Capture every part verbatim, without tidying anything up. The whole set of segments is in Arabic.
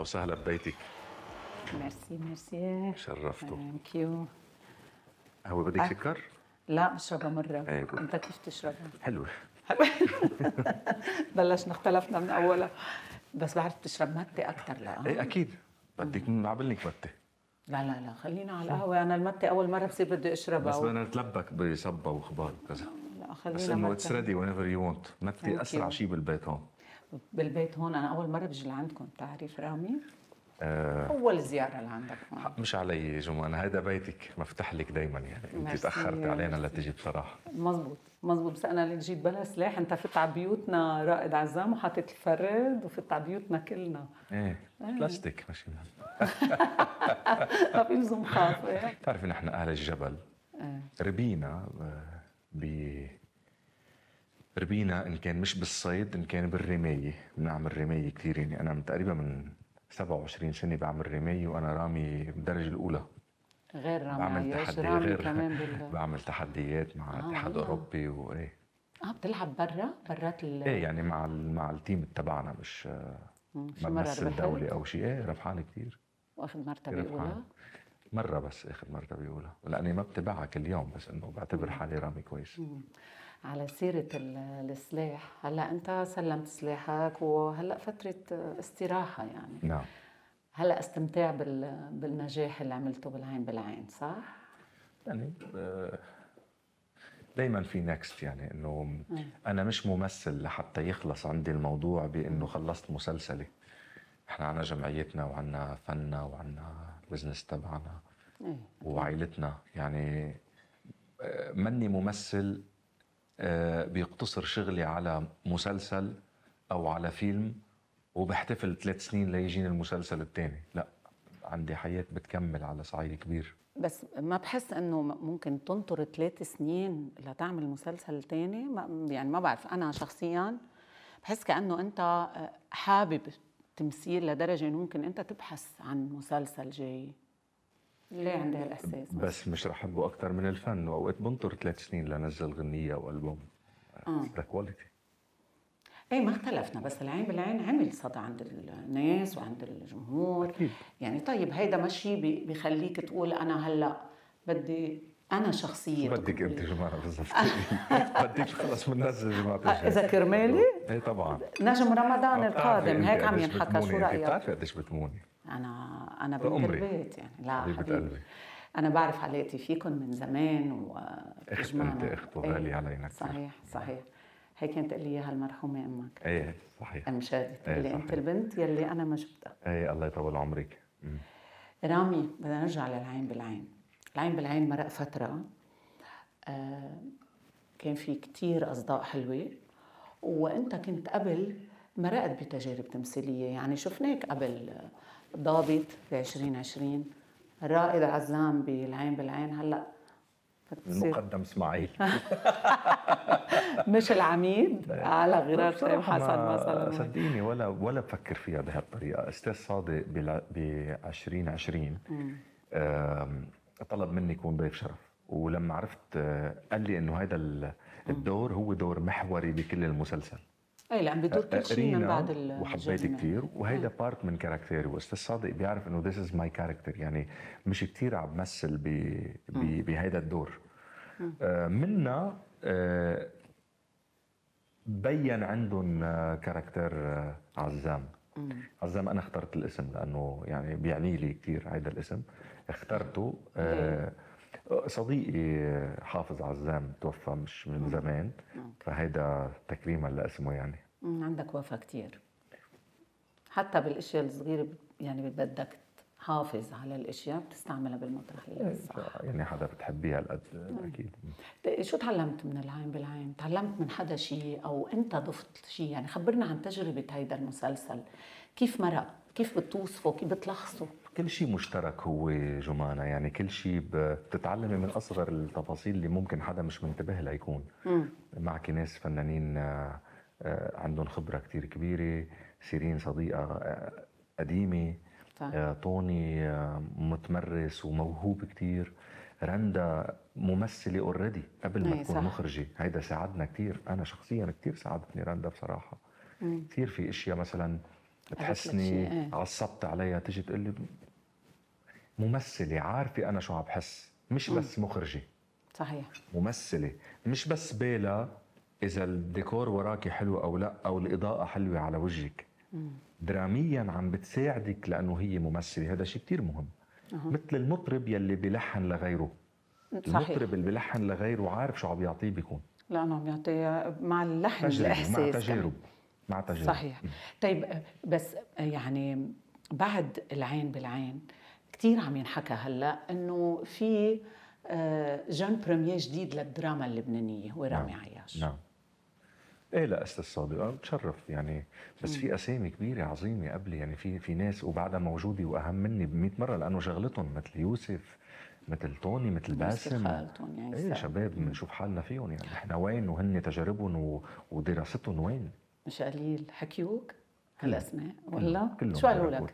وسهلا ببيتك. ميرسي ميرسي. شرفتوا. ثانك يو. هو بدك أه. سكر؟ لا بشربها مرة. ايه انت كيف تشربها؟ حلوة. بلشنا اختلفنا من اولها. بس بعرف تشرب متة اكثر. لا ايه اكيد بدك نعمل لك متة. لا لا لا خلينا على القهوة. انا المتة اول مرة بصير بدي اشربها. بس بدنا نتلبك بصبة وخبار وكذا. لا خلينا بس انه اتس ريدي وين ايفر يو ونت. متة اسرع شيء بالبيت هون. بالبيت هون انا اول مرة بجي لعندكم. بتعرف رامي؟ آه اول زيارة لعندك هون. مش علي جمان، هذا بيتك مفتح لك دائما يعني. انت ميرسي. تاخرت علينا لتجي بصراحه. مزبوط مزبوط. بس انا اللي جيت بلا سلاح. انت فت على بيوتنا رائد عزام وحاطط الفرد وفت على بيوتنا كلنا. ايه بلاستيك ماشي. ما في لزوم خاف. ايه بتعرفي نحن اهل الجبل. ايه ربينا ب ربينا ان كان مش بالصيد ان كان بالرمايه. بنعمل رمايه كثير يعني. انا من تقريبا من سبعة وعشرين سنه بعمل رمايه وانا رامي بالدرجه الاولى. غير رامي بعمل عياش تحدي رامي غير كمان بال... بعمل تحديات مع آه اتحاد والله. اوروبي وايه. اه بتلعب برا برات ال ايه يعني مع ال... مع التيم تبعنا مش شو ما مرة بمثل ربحت؟ دولي او شيء. ايه ربحان كثير. واخذ مرتبة كثير أولى؟ ربحان. مرة بس اخر مرتبة أولى لأني ما بتبعها كل يوم بس إنه بعتبر حالي رامي كويس. مم. على سيرة ال- السلاح، هلا أنت سلمت سلاحك وهلا فترة استراحة يعني. نعم. هلا استمتع بال... بالنجاح اللي عملته بالعين بالعين، صح؟ يعني دايما في نكست يعني إنه أنا مش ممثل لحتى يخلص عندي الموضوع بإنه خلصت مسلسلي. إحنا عنا جمعيتنا وعنا فننا وعنا بزنس تبعنا ايه وعائلتنا يعني. مني ممثل بيقتصر شغلي على مسلسل أو على فيلم وبحتفل ثلاث سنين ليجيني المسلسل الثاني. لا، عندي حياة بتكمل على صعيد كبير. بس ما بحس انه ممكن تنطر ثلاث سنين لتعمل مسلسل تاني؟ يعني ما بعرف، انا شخصيا بحس كأنه انت حابب التمثيل لدرجة انه ممكن انت تبحث عن مسلسل جاي. ليه عندي هالاحساس؟ بس مش رح احبه اكثر من الفن، واوقات بنطر ثلاث سنين لنزل غنية او البوم. اه ذا كواليتي. ايه ما اختلفنا، بس العين بالعين عمل صدى عند الناس وعند الجمهور. أكيد. يعني طيب هيدا ماشي بيخليك تقول انا هلا بدي انا شخصيا. بدك انت جماعة بالضبط. بدك خلص بننزل جماعة. اذا كرمالي ايه طبعا. نجم رمضان القادم هيك عم قديش ينحكى. شو بتموني؟ رايك؟ بتعرفي قديش بتموني؟ انا انا بنت عمري. البيت يعني. لا حبيبة حبيبي قلبي. انا بعرف علاقتي فيكم من زمان اخت وجمعنا. انت اخت وغالية علينا كثير. صحيح صحيح. هيك كانت تقول لي اياها المرحومه امك. ايه صحيح. ام شادي تقول إيه لي صحيح. انت البنت يلي انا ما جبتها. ايه الله يطول عمرك. مم. رامي بدنا نرجع للعين بالعين. العين بالعين مرق فتره آه كان في كتير اصداء حلوه، وانت كنت قبل مرقت بتجارب تمثيليه. يعني شفناك قبل ضابط ب عشرين عشرين، رائد عزام بالعين بالعين، هلا المقدم اسماعيل. مش العميد على غرار سليم حسن مثلا. صدقيني ولا ولا بفكر فيها بهالطريقه. استاذ صادق ب عشرين عشرين طلب مني يكون ضيف شرف، ولما عرفت قال لي انه هذا الدور هو دور محوري بكل المسلسل. اي لأن بدور كل شيء من بعد الجريمة. وحبيت كثير وهيدا بارت من كاركتيري. واستاذ صادق بيعرف انه ذيس از ماي كاركتر، يعني مش كثير عم بمثل بهيدا الدور. آه منا آه بين عندهم آه كاركتر آه عزام. مم. عزام انا اخترت الاسم لانه يعني بيعني لي كثير هيدا الاسم، اخترته. آه صديقي حافظ عزام توفى مش من زمان، فهيدا تكريما لاسمه يعني. عندك وفا كتير حتى بالاشياء الصغيره، يعني بدك تحافظ على الاشياء بتستعملها بالمطرحيه الصح. يعني حدا بتحبيها هالقد اكيد. شو تعلمت من العين بالعين؟ تعلمت من حدا شيء او انت ضفت شيء؟ يعني خبرنا عن تجربه هيدا المسلسل، كيف مرق؟ كيف بتوصفه؟ كيف بتلخصه؟ كل شيء مشترك هو جمانة، يعني كل شيء بتتعلمي من أصغر التفاصيل اللي ممكن حدا مش منتبه لها يكون. مم. معك ناس فنانين عندهم خبرة كتير كبيرة. سيرين صديقة قديمة. صح. طوني متمرس وموهوب كتير. رندا ممثلة اوريدي قبل ما تكون مخرجة. هيدا ساعدنا كتير. أنا شخصيا كتير ساعدتني رندا بصراحة. مم. كتير في اشياء مثلا بتحسني عصبت عليها تيجي تقول لي ممثله عارفه انا شو عم بحس، مش بس مخرجه. صحيح. ممثله مش بس بالها اذا الديكور وراكي حلو او لا، او الاضاءه حلوه على وجهك. مم. دراميا عم بتساعدك لانه هي ممثله، هذا شيء كتير مهم. أه. مثل المطرب يلي بيلحن لغيره. صحيح. المطرب اللي بيلحن لغيره عارف شو عم يعطيه بيكون، لانه عم يعطيه مع اللحن الاحساس، مع تجارب مع تجارب. صحيح. طيب بس يعني بعد العين بالعين كثير عم ينحكى هلا انه في جون بريمير جديد للدراما اللبنانيه هو رامي نعم. عياش. نعم. ايه لا استاذ صادق، انا بتشرف يعني، بس م. في اسامي كبيره عظيمه قبلي، يعني في في ناس وبعدها موجوده واهم مني ب مئة مره لانه شغلتهم، مثل يوسف، مثل توني، مثل باسم. ايه شباب بنشوف حالنا فيهم، يعني احنا وين وهن تجاربهم ودراستهم وين. مش قليل حكيوك هالاسماء ولا كلهم شو قالوا لك؟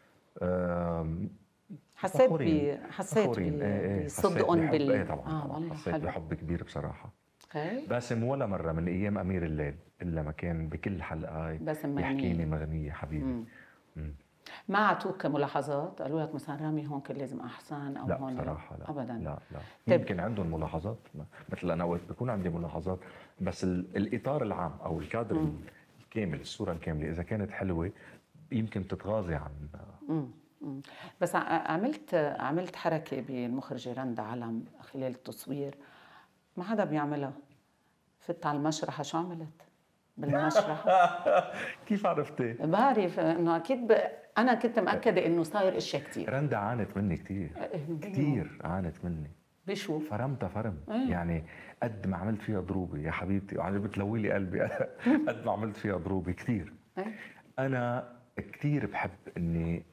حسيت ب حسيت بصدقهم بال ايه طبعا. آه والله حسيت حلو. بحب كبير بصراحه. okay. باسم ولا مره من ايام امير الليل الا ما كان بكل حلقه يحكيني مغنيه حبيبي. مم. مم. ما عطوك ملاحظات؟ قالوا لك مثلا رامي هون كان لازم احسن او لا هون؟ بصراحه لا ابدا. لا لا طيب. يمكن عندهم ملاحظات، مثل انا وقت بكون عندي ملاحظات، بس الاطار العام او الكادر مم. الكامل، الصوره الكامله اذا كانت حلوه يمكن تتغاضي عن. مم. مم. بس عملت عملت حركه بالمخرجه رندا علم خلال التصوير ما حدا بيعملها. فت على المشرحه، شو عملت بالمشرح؟ كيف عرفتي؟ بعرف انه اكيد ب... انا كنت مأكده انه صاير اشياء كثير. رندا عانت مني كثير كثير، عانت مني. بشو؟ فرمتها فرم. أيه. يعني قد ما عملت فيها ضروبه يا حبيبتي، وعم بتلوي لي قلبي قد ما عملت فيها ضروبه كثير. أيه. انا كثير بحب اني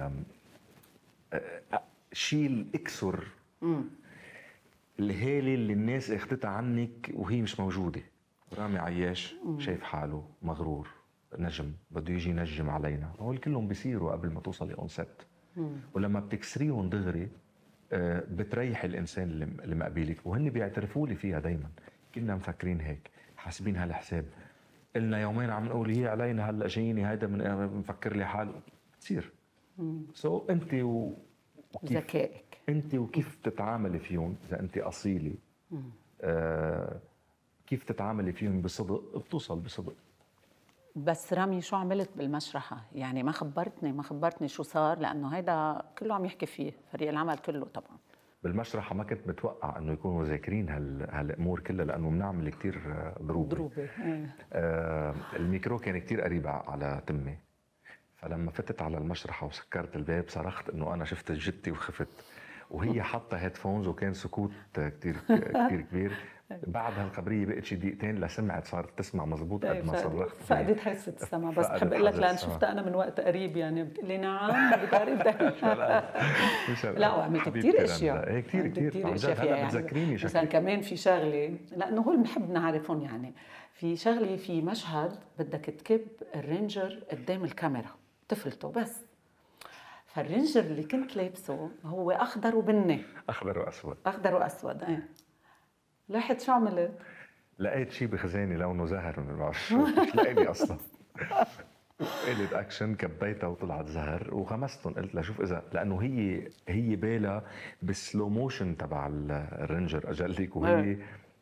شيل اكسر مم. الهالة اللي الناس اخذتها عنك وهي مش موجودة. رامي عياش مم. شايف حاله مغرور، نجم بده يجي ينجم علينا، هول كلهم بيصيروا قبل ما توصلي اون سيت. ولما بتكسريهم دغري بتريح الانسان اللي مقابلك، وهن بيعترفوا لي فيها دايما. كنا مفكرين هيك، حاسبين هالحساب، قلنا يومين عم نقول هي علينا، هلا جاييني هيدا من مفكر لي حاله. بتصير سو so, انت و... ذكائك انت وكيف تتعاملي فيهم. اذا انت اصيله آه كيف تتعاملي فيهم بصدق بتوصل بصدق. بس رامي شو عملت بالمشرحه؟ يعني ما خبرتني ما خبرتني شو صار، لانه هيدا كله عم يحكي فيه فريق العمل كله طبعا. بالمشرحه ما كنت متوقع انه يكونوا ذاكرين هال هالامور كلها، لانه بنعمل كثير ضروبه ضروبه آه الميكرو كان كثير قريب على تمي، فلما فتت على المشرحه وسكرت الباب صرخت انه انا شفت جدتي وخفت، وهي حاطه هيدفونز وكان سكوت كثير كثير كبير. بعد هالخبريه بقت شي دقيقتين لسمعت، صارت تسمع مزبوط قد ما صرخت. فقدت حاسه السمع. بس بحب اقول لك لان شفتها انا من وقت قريب، يعني بتقول لي نعم بتعرف ده. لا وعملت كثير اشياء كثير كثير اشياء فيها، يعني مثلا كمان في شغله لانه هول بنحب نعرفهم، يعني في شغله في مشهد بدك تكب الرينجر قدام الكاميرا تفلته بس، فالرينجر اللي كنت لابسه هو اخضر وبني. اخضر واسود. اخضر واسود ايه. لاحظت شو عملت؟ لقيت شيء بخزاني لونه زهر، ما بعرف شو، مش لاقي اصلا. قلت اكشن، كبيتها وطلعت زهر وغمستهم. قلت لها شوف اذا، لانه هي هي بالها بالسلو موشن تبع الرينجر اجلك، وهي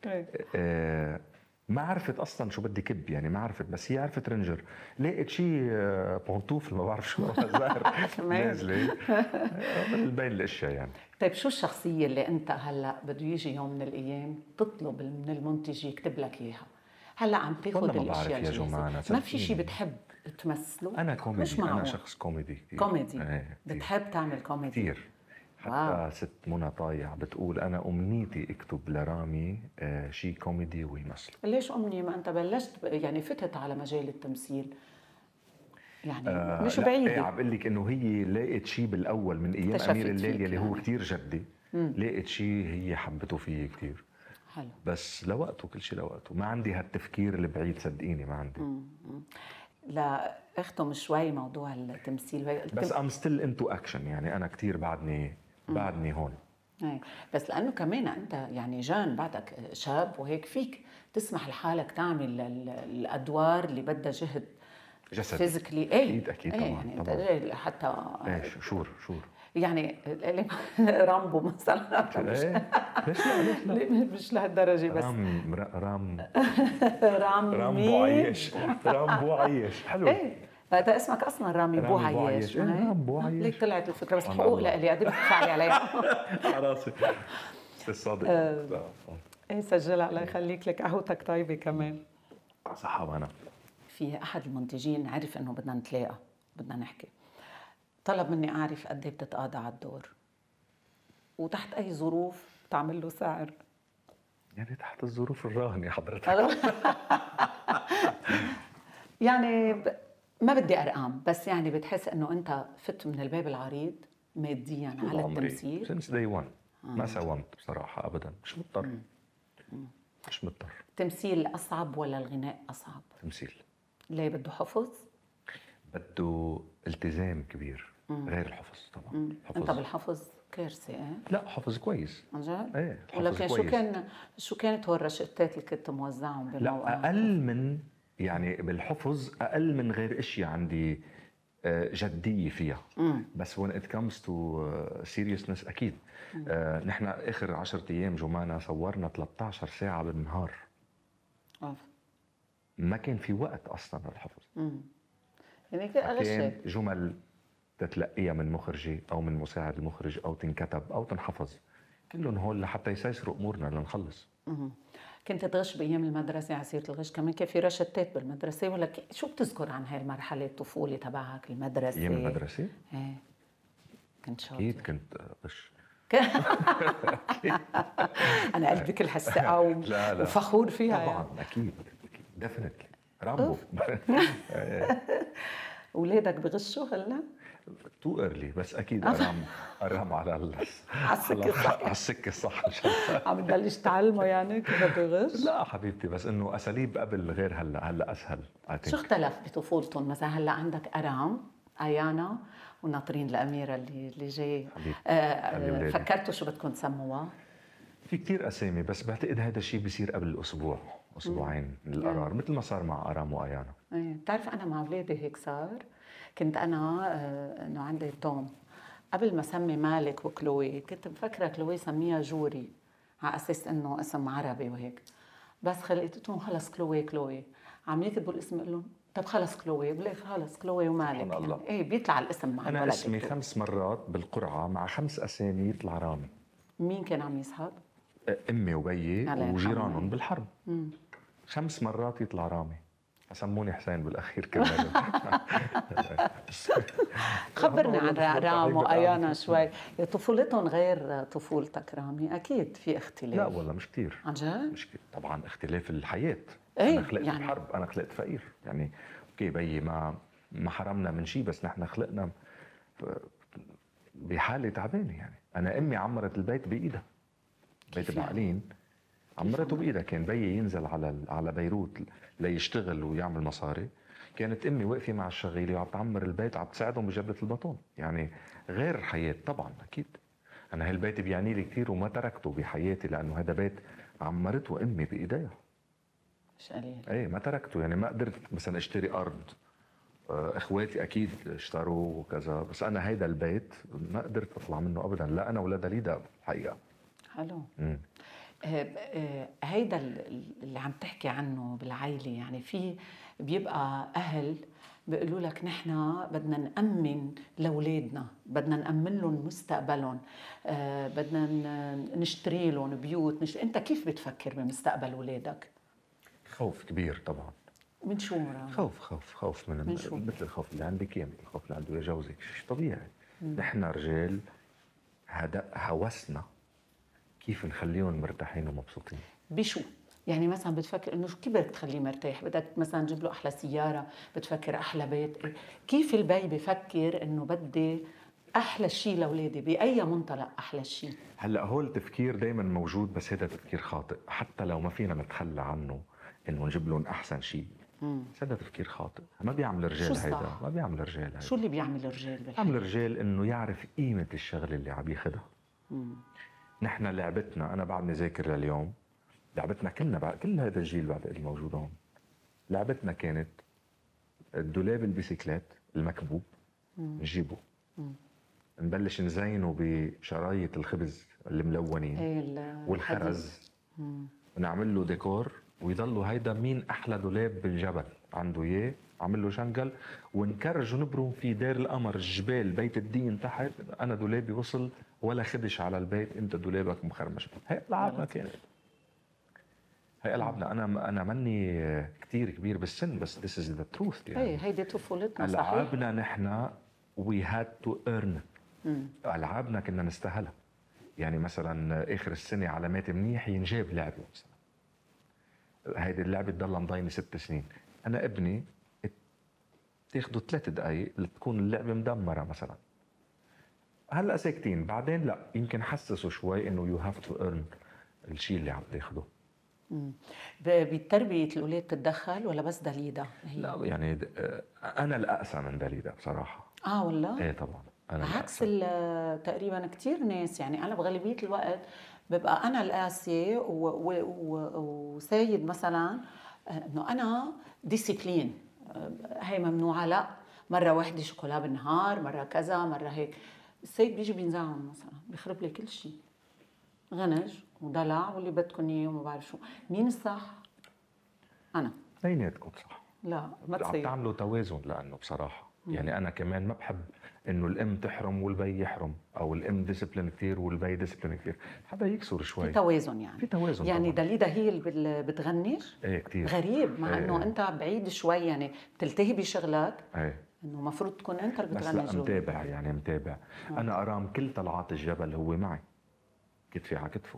آه ما عرفت اصلا شو بدي كب، يعني ما عرفت، بس هي عرفت رينجر. لقيت شيء بونطوفل ما بعرف شو زهر نازله من بين الاشياء يعني. طيب شو الشخصيه اللي انت هلا بده يجي يوم من الايام تطلب من المنتج يكتب لك اياها؟ هلا عم تاخذ الاشياء الجاهزه، ما في شيء بتحب تمثله؟ انا كوميدي، مش انا شخص كوميدي كثير. كوميدي ايه بتحب تعمل كوميدي كثير. حتى واو. ست منى طايع بتقول انا امنيتي اكتب لرامي آه شيء كوميدي ويمثل. ليش امنيه؟ ما انت بلشت يعني فتت على مجال التمثيل، يعني آه مش بعيده. ايه عم بقول لك انه هي لقيت شيء بالاول من ايام امير الليل يلي هو كثير جدي. لقيت شيء هي حبته فيه كثير. حلو. بس لوقته، كل شيء لوقته، ما عندي هالتفكير البعيد صدقيني، ما عندي. مم. لا اختم شوي موضوع التمثيل. بس ام ستيل انتو اكشن، يعني انا كثير بعدني مم. بعدني هون. ايه بس لانه كمان انت يعني جان بعدك شاب وهيك فيك تسمح لحالك تعمل الادوار اللي بدها جهد جسد فيزيكلي ايه اكيد اكيد ايه طبعا يعني طبعا. انت حتى ايه ش- شور شور يعني رامبو مثلا مش ايه ليش لا ليش لا ليه مش لهالدرجه بس رام ر- رام رامبو رامي عيش رامبو عيش حلو. ايه هذا اسمك اصلا رامي بو رامي بو عياش عياش. ايه ما هيك؟ رامبو عياش. ليك طلعت الفكره بس سبحان الحقوق الله. لإلي قد بتدفع لي عليها. على راسي استاذ صادق. آه. ايه سجلها الله يخليك لك قهوتك طيبه كمان. صحة وانا في احد المنتجين عرف انه بدنا نتلاقى بدنا نحكي، طلب مني اعرف قد ايه بتتقاضى على الدور وتحت اي ظروف بتعمل له سعر. يعني تحت الظروف الراهنة حضرتك. يعني ب... ما بدي ارقام بس يعني بتحس انه انت فت من الباب العريض ماديا على التمثيل. سنس داي وان ما ساومت بصراحة ابدا، مش مضطر. مم. مش مضطر. التمثيل اصعب ولا الغناء اصعب؟ تمثيل. ليه بده حفظ؟ بده التزام كبير. مم. غير الحفظ طبعا. حفظ. انت بالحفظ كارثه ايه؟ لا حفظ كويس. عن جد؟ ايه ولكن شو كان شو كانت هو الرشقتات اللي كنت موزعهم بموقع؟ لا اقل من يعني بالحفظ اقل من غير اشياء عندي جديه فيها. مم. بس when it comes to seriousness اكيد. آه نحن اخر عشرة ايام جمانة صورنا ثلاثة عشر ساعه بالنهار. أوف. ما كان في وقت اصلا للحفظ. امم يعني كان جمل تتلقيها من مخرجي او من مساعد المخرج او تنكتب او تنحفظ، كلهم هول لحتى يسيسروا امورنا لنخلص. امم كنت تغش بايام المدرسه على سيره الغش كمان كان في رشتات بالمدرسه ولا شو بتذكر عن هاي المرحله الطفوله تبعك المدرسه؟ ايام المدرسه؟ ايه كنت شاطر. اكيد كنت غش. انا قلبي كل هالثقه و... وفخور فيها طبعا يعني. اكيد اكيد ديفينتلي رامبو. اولادك بغشوا هلا؟ تو ايرلي بس اكيد ارام ارام على على السكه الصح. على السكه الصح ان شاء الله. عم تبلش تعلمه يعني كيف بده يغش؟ لا حبيبتي بس انه اساليب قبل غير هلا هلا اسهل. شو اختلف بطفولتهم؟ مثلا هلا عندك ارام ايانا وناطرين الاميره اللي اللي جاي. آه فكرتوا شو بدكم تسموها؟ في كثير اسامي بس بعتقد هذا الشيء بيصير قبل اسبوع اسبوعين من القرار مثل ما صار مع ارام وايانا. ايه بتعرف انا مع اولادي هيك صار. كنت انا آه انه عندي توم قبل ما سمي مالك وكلوي كنت مفكره كلوي سميها جوري على اساس انه اسم عربي وهيك، بس خليت لهم خلص كلوي كلوي عم يكتبوا الاسم بقول لهم طب خلص كلوي بقول لك خلص كلوي ومالك يعني. ايه بيطلع الاسم مع انا الولد اسمي يكتب. خمس مرات بالقرعه مع خمس اسامي يطلع رامي. مين كان عم يسحب؟ امي وبيي وجيرانهم بالحرب. مم. خمس مرات يطلع رامي سموني حسين بالاخير كمان. خبرني عن رام وايانا شوي. طفولتهم غير طفولتك رامي اكيد في اختلاف. لا والله مش كثير. عن جد؟ مش كتير. طبعا اختلاف الحياه. ايه انا خلقت يعني بحرب انا خلقت فقير يعني اوكي بيي ما ما حرمنا من شيء بس نحن خلقنا بحاله تعبانه يعني. انا امي عمرت البيت بايدها بيت بعقلين عمرته بايدها. كان بيي ينزل على على بيروت ليشتغل ويعمل مصاري، كانت امي واقفه مع الشغيله وعم تعمر البيت عم تساعدهم بجبه البطون. يعني غير حياه طبعا اكيد. انا هالبيت بيعني لي كثير وما تركته بحياتي لانه هذا بيت عمرته امي بايديها. مش قليل. ايه ما تركته يعني ما قدرت مثلا اشتري ارض. اخواتي اكيد اشتروا وكذا بس انا هيدا البيت ما قدرت اطلع منه ابدا لا انا ولا دليدا الحقيقه. حلو. امم هيدا اللي عم تحكي عنه بالعائله يعني في بيبقى اهل بيقولوا لك نحن بدنا نأمن لاولادنا بدنا نأمن لهم مستقبلهم آه بدنا نشتري لهم بيوت نشتري. انت كيف بتفكر بمستقبل اولادك؟ خوف كبير طبعا. من شو مرة؟ خوف خوف خوف من, من شو؟ مثل الخوف اللي عندك يعني الخوف اللي عنده يجوزك شيء طبيعي. نحن رجال هذا هوسنا كيف نخليهم مرتاحين ومبسوطين. بشو؟ يعني مثلا بتفكر انه كيف بدك تخليه مرتاح؟ بدك مثلا تجيب له احلى سياره، بتفكر احلى بيت، كيف البي بفكر انه بدي احلى شيء لاولادي؟ باي منطلق احلى شيء؟ هلا هو التفكير دائما موجود بس هذا تفكير خاطئ، حتى لو ما فينا نتخلى عنه انه نجيب لهم احسن شيء. بس هذا تفكير خاطئ، ما بيعمل الرجال هيدا، ما بيعمل الرجال هيدا. شو اللي بيعمل الرجال بالحياة؟ بيعمل الرجال انه يعرف قيمه الشغله اللي عم ياخذها. نحن لعبتنا انا بعدني ذاكر لليوم، لعبتنا كلنا بعد كل هذا الجيل بعد الموجود هون، لعبتنا كانت الدولاب البيسيكلات المكبوب نجيبه، نبلش نزينه بشرايط الخبز الملونين ايه والخرز، ونعمل له ديكور، ويضلوا هيدا مين احلى دولاب بالجبل عنده اياه، عامل له شنقل، ونكرج ونبرم في دير القمر، الجبال، بيت الدين تحت. انا دولابي وصل ولا خدش على البيت، انت دولابك مخرمش. هي العابنا كانت، هي العابنا. انا انا ماني كثير كبير بالسن، بس this is the truth يعني. ايه هيدي طفولتنا صحيح. العابنا نحن we had to earn. العابنا كنا نستاهلها. يعني مثلا اخر السنه علامات منيح ينجاب لعبه مثلا، هيدي اللعبه تضلها مضاينه ست سنين. انا ابني تاخذوا ثلاث دقائق لتكون اللعبه مدمره مثلا. هلا ساكتين، بعدين لا يمكن حسسوا شوي انه يو هاف تو ايرن الشيء اللي عم تاخذه. بتربيه الاولاد تتدخل ولا بس دليدا؟ لا يعني انا الاقسى من دليدا بصراحه. اه والله؟ ايه طبعا انا عكس تقريبا كثير ناس. يعني انا بغالبيه الوقت ببقى انا القاسيه وسايد مثلا انه انا ديسيبلين، هي ممنوعه، لا مره واحده شوكولا بالنهار، مره كذا، مره هيك. السيد بيجي بينزعهم مثلا، بيخرب لي كل شيء، غنج ودلع واللي بدكم اياه وما بعرف شو. مين الصح؟ انا. اثنيناتكم صح. لا ما تصير. عم تعملوا توازن، لانه بصراحه مم. يعني انا كمان ما بحب انه الام تحرم والبي يحرم، او الام ديسيبلين كثير والبي ديسيبلين كثير، حدا يكسر شوي. في توازن يعني. في توازن يعني طبعاً. دليدا هي اللي بتغنش؟ ايه كثير. غريب، مع ايه انه انت بعيد شوي، يعني بتلتهي بشغلك. ايه انه المفروض تكون انت اللي بس بتغنج. لا متابع، يعني متابع. آه. انا ارام كل طلعات الجبل هو معي، كتفي على كتفه.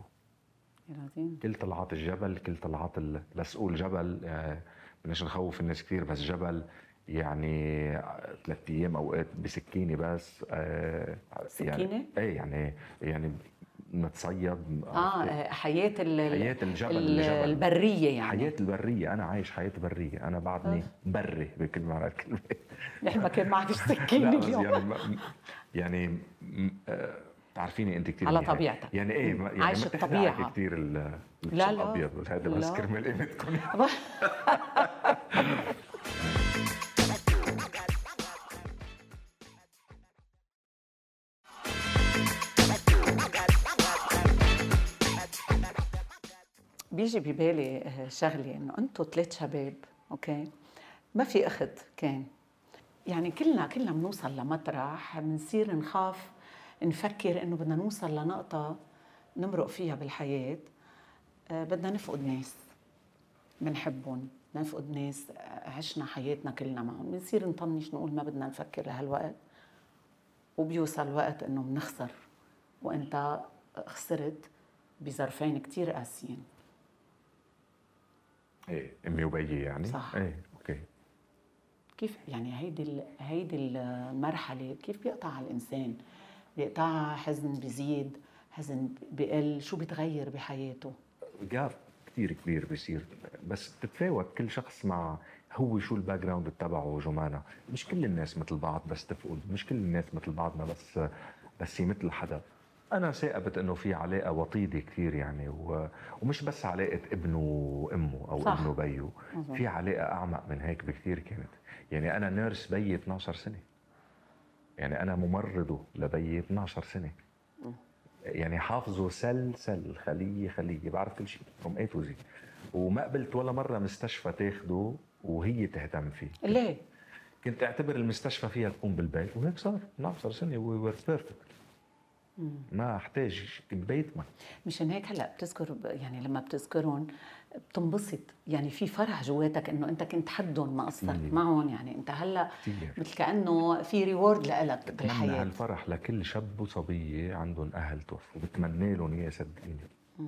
كل طلعات الجبل، كل طلعات ال... بس قول جبل آه بدناش نخوف الناس كثير، بس جبل يعني ثلاث ايام اوقات بسكينه بس. آه سكينه؟ يعني ايه يعني يعني نتصيد. اه حياه ال حياه الجبل, ال الجبل البريه يعني. حياه البريه. انا عايش حياه بريه، انا بعدني أه. بري بكل معنى الكلمه. نحن ما كان معك سكينه اليوم. يعني يعني آه تعرفيني انت كثير على طبيعتك يعني ايه يعني عايش الطبيعه كثير اللبس الابيض هذا، بس كرمال قيمتكم. بيجي ببالي شغله، انه انتم ثلاث شباب اوكي، ما في اخت كان، يعني كلنا كلنا بنوصل لمطرح بنصير نخاف نفكر انه بدنا نوصل لنقطه نمرق فيها بالحياه. أه بدنا نفقد ناس بنحبهم، نفقد ناس عشنا حياتنا كلنا معهم، بنصير نطنش نقول ما بدنا نفكر لهالوقت، وبيوصل وقت انه بنخسر. وانت خسرت بظرفين كتير قاسيين. ايه امي وبيي يعني. صح. ايه اوكي. كيف يعني هيدي هيدي المرحله كيف بيقطع الانسان؟ بيقطعها حزن بيزيد، حزن بقل، شو بيتغير بحياته؟ جاب كثير كبير بيصير، بس بتتفاوت كل شخص مع هو شو الباك جراوند تبعه. جمانه مش كل الناس مثل بعض بس تفقد، مش كل الناس مثل بعضنا بس بس مثل حدا. انا ثاقبت انه في علاقه وطيده كثير يعني، و... ومش بس علاقه ابنه وامه او صح. ابنه وبيه، في علاقه اعمق من هيك بكثير كانت. يعني انا نيرس بيي اثنعش سنه، يعني انا ممرضه لبيي اثنعش سنه، يعني حافظه سل سل خليه خليه، بعرف كل شيء from A to Z، وما قبلت ولا مره مستشفى تاخده وهي تهتم فيه. ليه؟ كنت اعتبر المستشفى فيها تكون بالبيت، وهيك صار اثنعش سنه وي وير بيرفكت. ما احتاج بيت. ما مشان هيك هلا بتذكر، يعني لما بتذكرهم بتنبسط، يعني في فرح جواتك انه انت كنت حدهم ما قصرت معهم. يعني انت هلا مثل كانه في ريورد لك بالحياه. بتمنى هالفرح لكل شاب وصبيه عندهم اهل توفوا، بتمنى لهم اياه صدقيني.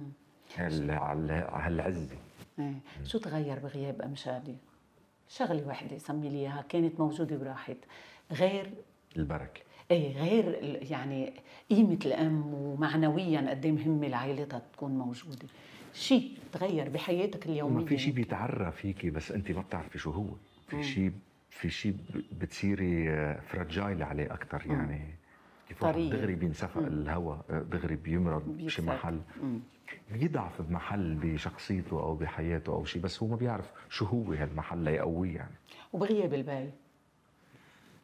هالعزه. ايه شو تغير بغياب ام شادي؟ شغله وحده سمي لي اياها كانت موجوده وراحت، غير البركه. ايه غير يعني قيمه الام، ومعنويا قد ايه مهمه لعائلتها تكون موجوده. شيء تغير بحياتك اليوميه. ما في شيء بيتعرف فيكي بس انت ما بتعرفي شو هو. في شيء في شيء بتصيري فراجايل عليه اكثر، يعني كيف دغري بينسفق الهواء، دغري بيمرض بشي محل، مم. بيضعف بمحل بشخصيته او بحياته او شيء، بس هو ما بيعرف شو هو هالمحل ليقويه يعني. وبغياب البي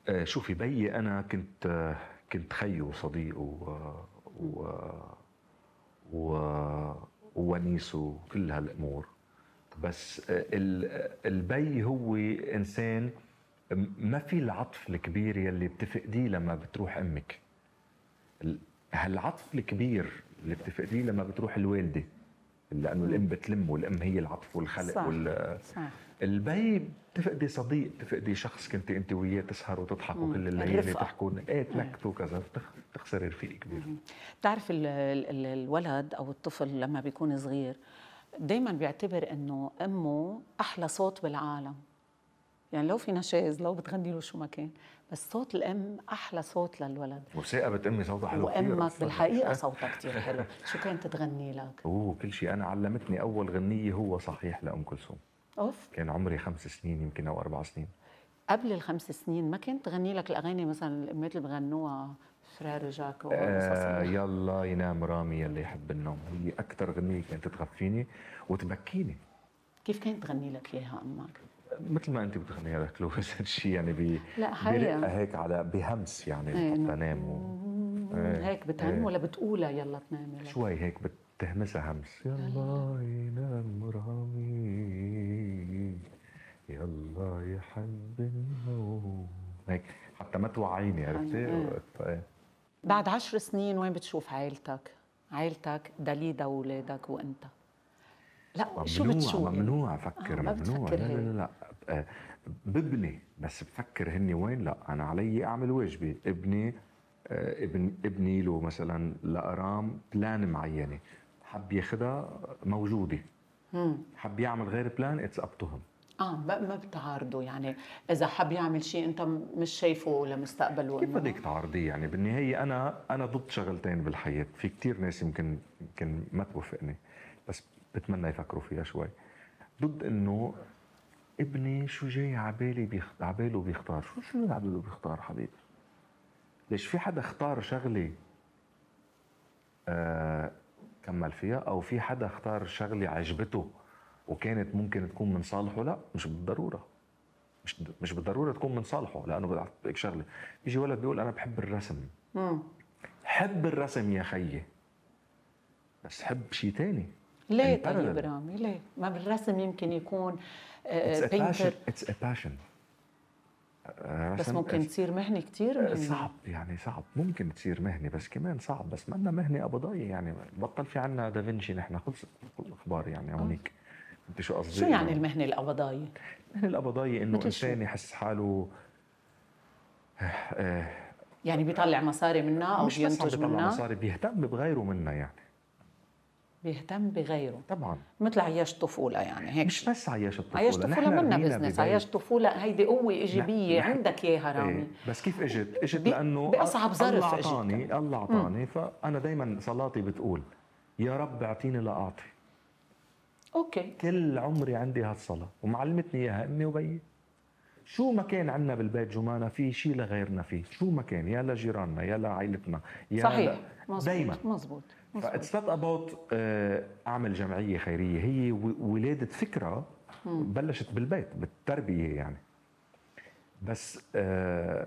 آه، شوفي بيي انا كنت آه، كنت خيه وصديقه و و و وونيسه وكل هالامور. بس آه، ال- البي هو انسان ما في العطف الكبير يلي بتفقديه لما بتروح امك. ال- هالعطف الكبير اللي بتفقديه لما بتروح الوالده، لانه الام بتلم والام هي العطف والخلق صح وال صح. البي بتفقدي صديق، بتفقدي شخص كنت انت وياه تسهروا وتضحكوا كل الليالي الرفقة. تحكوا ايه تنكتوا كذا، بتخ- بتخسري رفيق كبير. بتعرف ال- ال- ال- الولد او الطفل لما بيكون صغير دايما بيعتبر انه امه احلى صوت بالعالم. يعني لو في نشاز، لو بتغني له شو ما كان، بس صوت الام احلى صوت للولد. وثاقبت امي صوتها حلو كثير وامك أصلاً. بالحقيقه صوتها كثير حلو. شو كانت تغني لك؟ اوه كل شيء. انا علمتني اول غنيه هو صحيح لام كلثوم، اوف. كان عمري خمس سنين يمكن او اربع سنين. قبل الخمس سنين ما كانت تغني لك الاغاني مثلا الامهات اللي بغنوها فرير جاك وقصص آه ال- يلا ينام رامي يلي يحب النوم، هي اكثر غنيه كانت تغفيني وتبكيني. كيف كانت تغني لك اياها امك؟ مثل ما انت بتغنيها لك لوز شيء يعني ب لا حقيقة. برقه هيك على بهمس يعني إيه، حتى إنه نام و... إيه، هيك بتغني إيه. ولا بتقولها يلا تنامي لك؟ شوي هيك بتهمسها همس، يلا ينام رامي يلا يحب النوم، هيك حتى ما توعيني، عرفتي؟ إيه. إيه. بعد عشر سنين وين بتشوف عائلتك؟ عائلتك دليدا واولادك وانت. لا شو ممنوع بتشوف؟ ممنوع افكر آه، ما ممنوع بتفكر لا لا هيك. لا, لا. آه، ببني بس بفكر هني وين. لا انا علي اعمل واجبي، ابني آه، ابن ابني له مثلا لارام بلان معينه حب ياخذها موجوده، حب يعمل غير بلان اتس اب تو هيم. اه ما ما بتعارضوا يعني اذا حب يعمل شيء انت م- مش شايفه لمستقبله كيف انه بدك تعرضيه يعني؟ بالنهايه انا انا ضد شغلتين بالحياه، في كتير ناس يمكن يمكن ما توافقني بس بتمنى يفكروا فيها شوي. ضد انه ابني شو جاي عبالي بيخ... عباله بيختار، شو شو عباله بيختار حبيبي؟ ليش في حدا اختار شغله آه كمل فيها، او في حدا اختار شغله عجبته وكانت ممكن تكون من صالحه؟ لا مش بالضروره، مش مش بالضروره تكون من صالحه. لانه بدك شغله، بيجي ولد بيقول انا بحب الرسم. مم. حب الرسم يا خيي، بس حب شيء ثاني. ليه طيب رامي ليه؟ ما بالرسم يمكن يكون بينتر اتس ا باشن، بس ممكن تصير مهنه كثير صعب يعني، صعب ممكن تصير مهنه بس كمان صعب، بس ما لنا مهنه قبضايه يعني. بطل في عنا دافنشي نحن، خلص الاخبار يعني هونيك. انت شو قصدي؟ شو يعني المهنه القبضايه؟ المهنه القبضايه انه مثل شو؟ انسان يحس حاله آه، يعني بيطلع مصاري منها او مش بس عم بينتج بيطلع منها؟ مصاري، بيهتم بغيره منها يعني. بيهتم بغيره طبعا مثل عياش طفوله يعني هيك. مش بس عياش الطفوله، عياش طفوله نحن منا ربينا بزنس، ببيت- عياش طفوله هيدي قوه ايجابيه نح- عندك اياها رامي. ايه بس كيف اجت؟ اجت ب- لانه بأصعب ظرف الله اجت. اعطاني، الله اعطاني. فانا دائما صلاتي بتقول يا رب اعطيني لاعطي. اوكي. كل عمري عندي هالصلاه ومعلمتني اياها امي وبيي. شو ما كان عندنا بالبيت جمانة في شيء لغيرنا فيه، شو ما كان، يا لجيراننا يا لعائلتنا يا صحيح ل... مزبوط دايما. مزبوط فاتس مزبوط. نوت اباوت اعمل جمعيه خيريه، هي و- ولاده فكره بلشت بالبيت بالتربيه يعني. بس آه،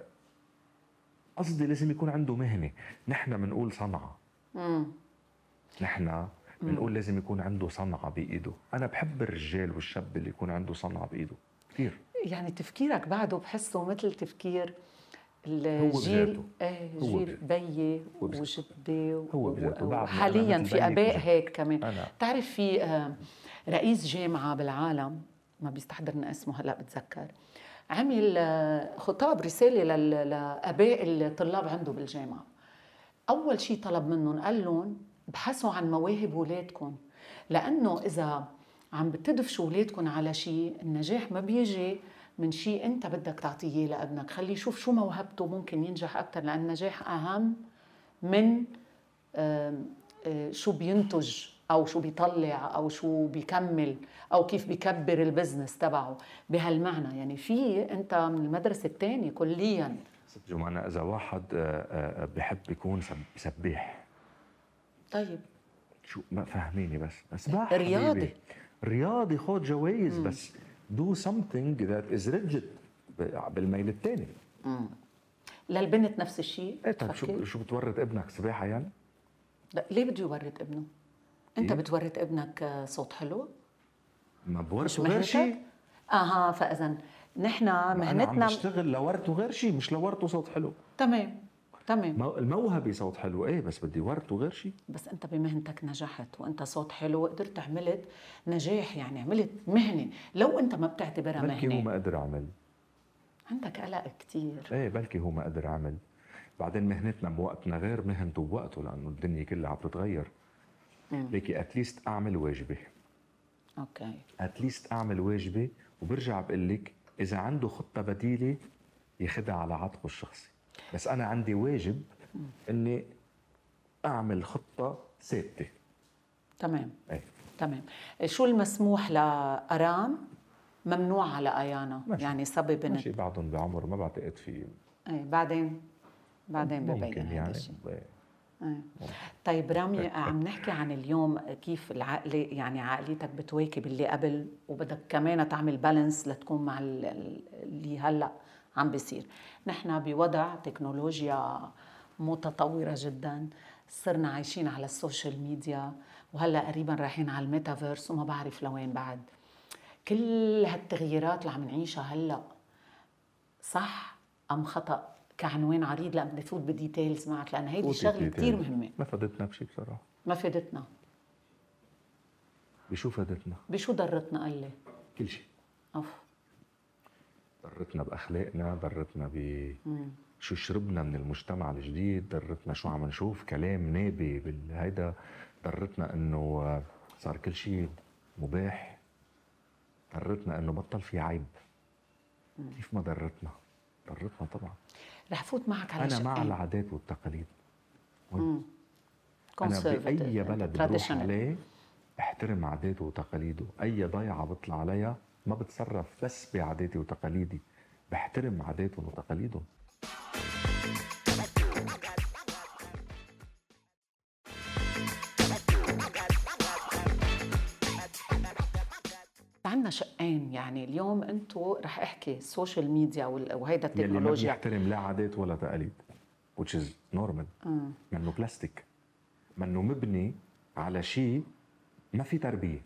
قصدي لازم يكون عنده مهنه. نحن بنقول صنعه، امم نحن بنقول لازم يكون عنده صنعه بايده. انا بحب الرجال والشاب اللي يكون عنده صنعه بايده كثير. يعني تفكيرك بعده بحسه مثل تفكير هو الجيل بذاته. ايه هو جيل بذاته. بيي هو بذاته. وجدي هو بذاته. بعدني أنا وحاليا مثل في بيي اباء وجدي. هيك كمان. أنا. بتعرف في آه، رئيس جامعه بالعالم ما بيستحضرنا اسمه هلا بتذكر، عمل آه، خطاب رساله لل- لاباء الطلاب عنده بالجامعه. اول شيء طلب منهم قال لهم ابحثوا عن مواهب اولادكم، لانه اذا عم بتدفشوا اولادكم على شيء، النجاح ما بيجي من شيء انت بدك تعطيه لابنك. خليه يشوف شو موهبته ممكن ينجح اكثر، لان النجاح اهم من آم، آه، شو بينتج او شو بيطلع او شو بيكمل او كيف بيكبر البزنس تبعه بهالمعنى. يعني في انت من المدرسه الثانيه كليا. جمانة اذا واحد آه، آه، بحب يكون سب- سباح، طيب شو ما فهميني؟ بس سباح رياضي. حبيبي. رياضي خد جوائز، بس do something that is rigid بالميل الثاني. للبنت نفس الشيء؟ ايه طيب شو شو بتورط ابنك سباحه يعني؟ لا ليه بده يورط ابنه؟ انت إيه؟ بتورط ابنك صوت حلو؟ ما مش بورطه غير مهنتك؟ شيء. اها فاذا نحن ما انا عم مهنتنا بشتغل لورطه غير شيء، مش لورطه صوت حلو. تمام تمام. مو- الموهبه صوت حلو ايه، بس بدي ورطه غير شيء. بس انت بمهنتك نجحت وانت صوت حلو وقدرت عملت نجاح، يعني عملت مهنه. لو انت ما بتعتبرها بلكي هو مهنه ما قدر عمل. عندك قلق كثير. ايه بلكي هو ما قدر عمل. بعدين مهنتنا بوقتنا غير مهنته بوقته، لانه الدنيا كلها عم تتغير. ليكي اتليست اعمل واجبي. اوكي اتليست اعمل واجبي، وبرجع بقول لك اذا عنده خطه بديله ياخذها على عاتقه الشخصي. بس انا عندي واجب اني اعمل خطه ثابته. تمام ايه تمام. شو المسموح لارام ممنوع على ايانا؟ ماشي. يعني صبي بنت ماشي بعضهم بعمر ما بعتقد في. ايه بعدين بعدين ببين ممكن هذا يعني الشيء. إيه. ايه. طيب رامي، عم نحكي عن اليوم كيف العقلة، يعني عقليتك بتواكب اللي قبل وبدك كمان تعمل بالانس لتكون مع اللي هلا عم بيصير. نحن بوضع تكنولوجيا متطورة جدا، صرنا عايشين على السوشيال ميديا، وهلا قريبا رايحين على الميتافيرس وما بعرف لوين بعد. كل هالتغييرات اللي عم نعيشها هلا صح ام خطأ؟ كعنوان عريض، لا بدي فوت بديتيلز معك لان هيدي الشغله كثير مهمه. ما فادتنا بشيء بصراحه. ما فادتنا. بشو فادتنا؟ بشو ضرتنا؟ قال لي كل شيء. اف ضرتنا باخلاقنا، ضرتنا بشو شربنا من المجتمع الجديد، ضرتنا شو عم نشوف كلام نابي بالهيدا، ضرتنا انه صار كل شيء مباح، ضرتنا انه بطل في عيب. كيف ما ضرتنا؟ ضرتنا طبعا. رح فوت معك على انا شقين. مع العادات والتقاليد. امم انا باي بلد بروح عليه احترم عاداته وتقاليده. اي ضيعه بطلع عليها ما بتصرف بس بعاداتي وتقاليدي، بحترم عاداتهم وتقاليدهم. عندنا شقين، يعني اليوم انتم رح احكي السوشيال ميديا وهيدا يلي ما التكنولوجيا بيحترم لا عادات ولا تقاليد which is normal. منه بلاستيك، منه مبني على شيء ما في تربيه.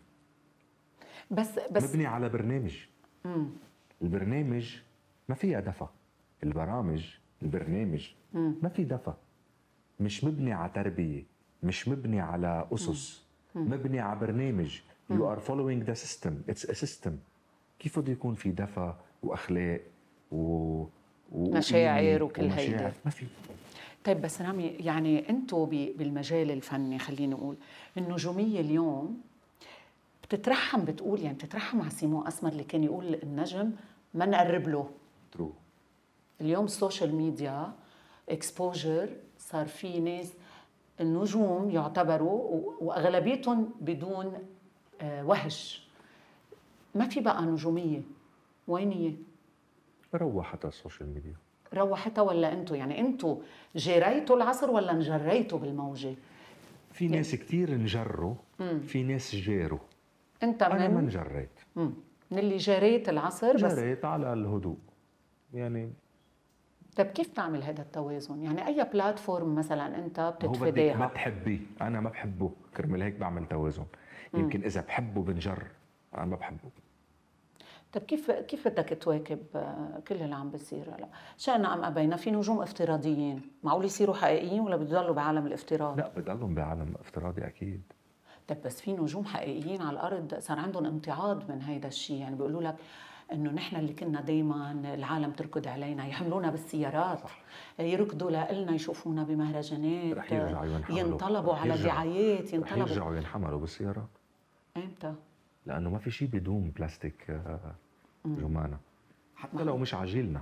بس بس مبني على برنامج. مم. البرنامج ما فيها دفع. البرامج البرنامج مم. ما في دفع. مش مبني على تربيه، مش مبني على اسس، مم. مبني على برنامج. You are following the system. It's a system. كيف بده يكون في دفع واخلاق و مشاعر وكل هيدا؟ ما في. طيب بس رامي، يعني انتم بالمجال الفني خليني اقول النجوميه اليوم بتترحم، بتقول يعني بتترحم على سيمون اسمر اللي كان يقول النجم ما نقرب له. ترو. اليوم السوشيال ميديا اكسبوجر، صار في ناس النجوم يعتبروا واغلبيتهم بدون وهج. ما في بقى نجوميه. وين هي؟ روحت السوشيال ميديا. روحتها ولا انتم؟ يعني انتم جريتوا العصر ولا انجريتوا بالموجه؟ في ناس كثير انجروا، في ناس جاروا. انت من انا ما انجريت. مم. من اللي جريت العصر بس. جريت على الهدوء يعني. طيب كيف تعمل هذا التوازن؟ يعني اي بلاتفورم مثلا انت بتتفاداها؟ ما تحبيه، انا ما بحبه، كرمال هيك بعمل توازن. يمكن اذا بحبه بنجر، انا ما بحبه. طيب كيف كيف بدك تواكب كل اللي عم بيصير هلا؟ شئنا ام ابينا في نجوم افتراضيين، معقول يصيروا حقيقيين ولا بيضلوا بعالم الافتراض؟ لا بضلهم بعالم افتراضي اكيد. طيب بس في نجوم حقيقيين على الارض صار عندهم امتعاض من هيدا الشيء، يعني بيقولوا لك انه نحن اللي كنا دائما العالم تركض علينا، يحملونا بالسيارات، صح. يركضوا لنا، يشوفونا بمهرجانات، رح يرجعوا ينحملوا، ينطلبوا على دعايات، ينطلبوا رح يرجعوا ينحملوا بالسيارات. امتى؟ لانه ما في شيء بدون بلاستيك جمانة، حتى لو مش عاجلنا.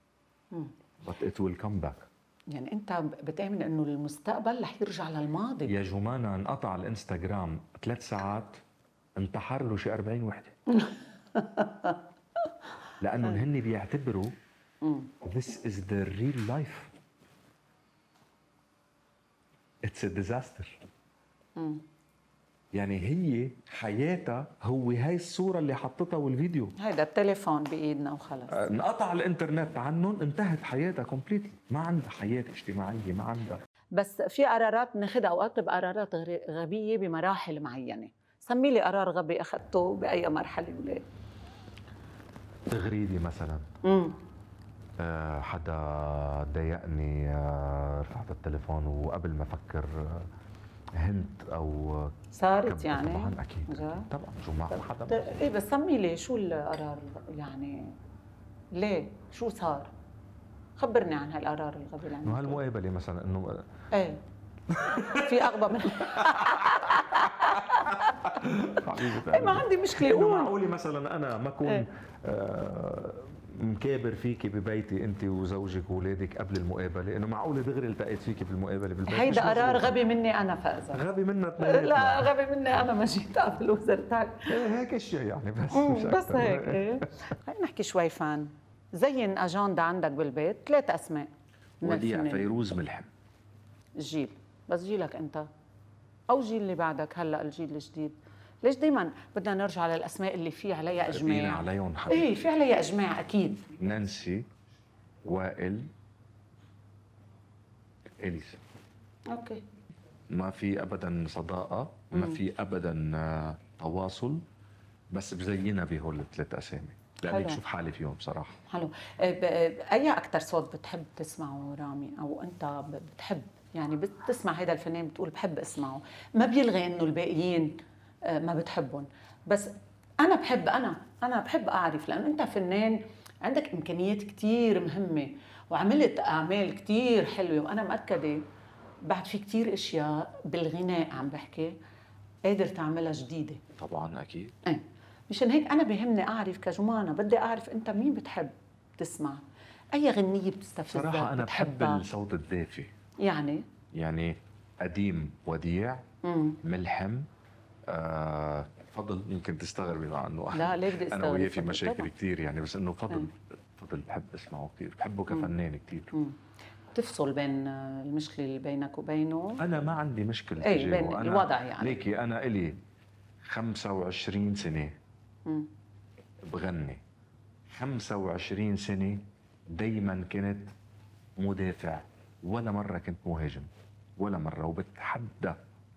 but it will come back. يعني انت بتآمن انه المستقبل رح يرجع للماضي؟ يا جمانة انقطع الانستغرام ثلاث ساعات انتحر له شي أربعين وحده. لانه هن بيعتبروا this is the real life. it's a disaster. يعني هي حياتها هو هاي الصورة اللي حطتها والفيديو. هيدا التليفون بايدنا وخلص. انقطع الانترنت عنهم انتهت حياتها كومبليتلي، ما عندها حياة اجتماعية، ما عندها. بس في قرارات بناخذها اوقات بتبقى قرارات غبيه بمراحل معينه. سمي لي قرار غبي اخذته باي مرحله ولاد؟ تغريدي مثلا. امم أه حدا ضايقني، أه رفعت التليفون وقبل ما افكر أه هنت او صارت يعني؟ طبعا اكيد جا؟ طبعا شو ما حدا. ايه بس سمي لي شو القرار يعني؟ ليه؟ شو صار؟ خبرني عن هالقرار الغبي اللي انه هالمقابله مثلا انه ايه في اغبى من حبيبتي ما عندي مشكله انه قول. معقولة مثلا انا ما اكون ايه؟ آه مكابر فيكي ببيتي انت وزوجك واولادك قبل المقابله، انه معقوله دغري التقيت فيكي بالمقابله بالبيت؟ هيدا قرار غبي مني انا فاذا غبي منا لا غبي مني انا ما جيت قبل وزرتك هيك اشياء يعني بس مش بس أكتر. هيك ايه. خلينا نحكي شوي فن. زين اجنده عندك بالبيت ثلاث اسماء. وديع، فيروز، ملحم. جيل، بس جيلك انت او جيل اللي بعدك هلا الجيل الجديد، ليش دايما بدنا نرجع للاسماء اللي في عليها اجماع؟ عليهم حبيبي. ايه في عليها اجماع اكيد. نانسي، وائل، اليسا. اوكي. ما في ابدا صداقه، ما في ابدا تواصل، بس بزينا بهول الثلاث اسامي لاني بشوف حالي فيهم بصراحه. حلو. اي اكثر صوت بتحب تسمعه رامي، او انت بتحب يعني بتسمع هذا الفنان بتقول بحب اسمعه؟ ما بيلغي انه الباقيين ما بتحبهم، بس انا بحب انا انا بحب اعرف، لانه انت فنان عندك امكانيات كثير مهمه وعملت اعمال كثير حلوه، وانا مأكده بعد في كثير اشياء بالغناء عم بحكي قادر تعملها جديده. طبعا اكيد. ايه مشان هيك انا بيهمني اعرف كجمانه، بدي اعرف انت مين بتحب تسمع، اي غنيه بتستفزك صراحه انا بتحبها؟ بحب الصوت الدافي. يعني يعني قديم وديع، مم. ملحم. آه فضل يمكن تستغربي مع انه لا ليه بدي انا وياه في استغرب؟ مشاكل طبعا. كثير يعني، بس انه فضل مم. فضل بحب اسمعه كثير، بحبه كفنان كثير. تفصل بين المشكله اللي بينك وبينه؟ انا ما عندي مشكله ايه بين أنا الوضع يعني. ليكي انا الي خمسة وعشرين سنه مم. بغني، خمسة وعشرين سنه دايما كنت مدافع، ولا مره كنت مهاجم ولا مره، وبتحدى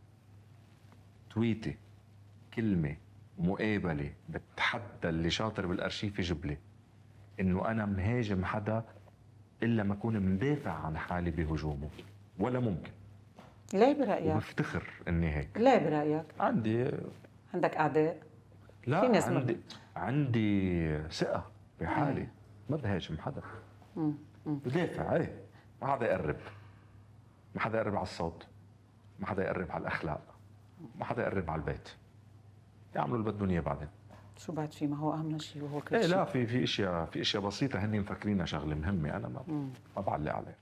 تويتي كلمه مقابله بتحدى اللي شاطر بالارشيف يجيب لي انه انا مهاجم حدا الا ما اكون مدافع عن حالي بهجومه، ولا ممكن. ليه برايك؟ وبفتخر اني هيك. ليه برايك؟ عندي عندك اعداء؟ لا في ناس عندي مر... عندي ثقه بحالي. أيه. ما بهاجم حدا، مم. مم. بدافع. ايه ما حدا يقرب، ما حدا يقرب على الصوت، ما حدا يقرب على الاخلاق، ما حدا يقرب على البيت، يعملوا اللي بدهم اياه بعدين. شو بعد في؟ ما هو اهم شيء وهو كل ايه شيء. لا في في اشياء في اشياء بسيطه هن مفكرينها شغله مهمه، انا ما مم. ما بعلق عليها.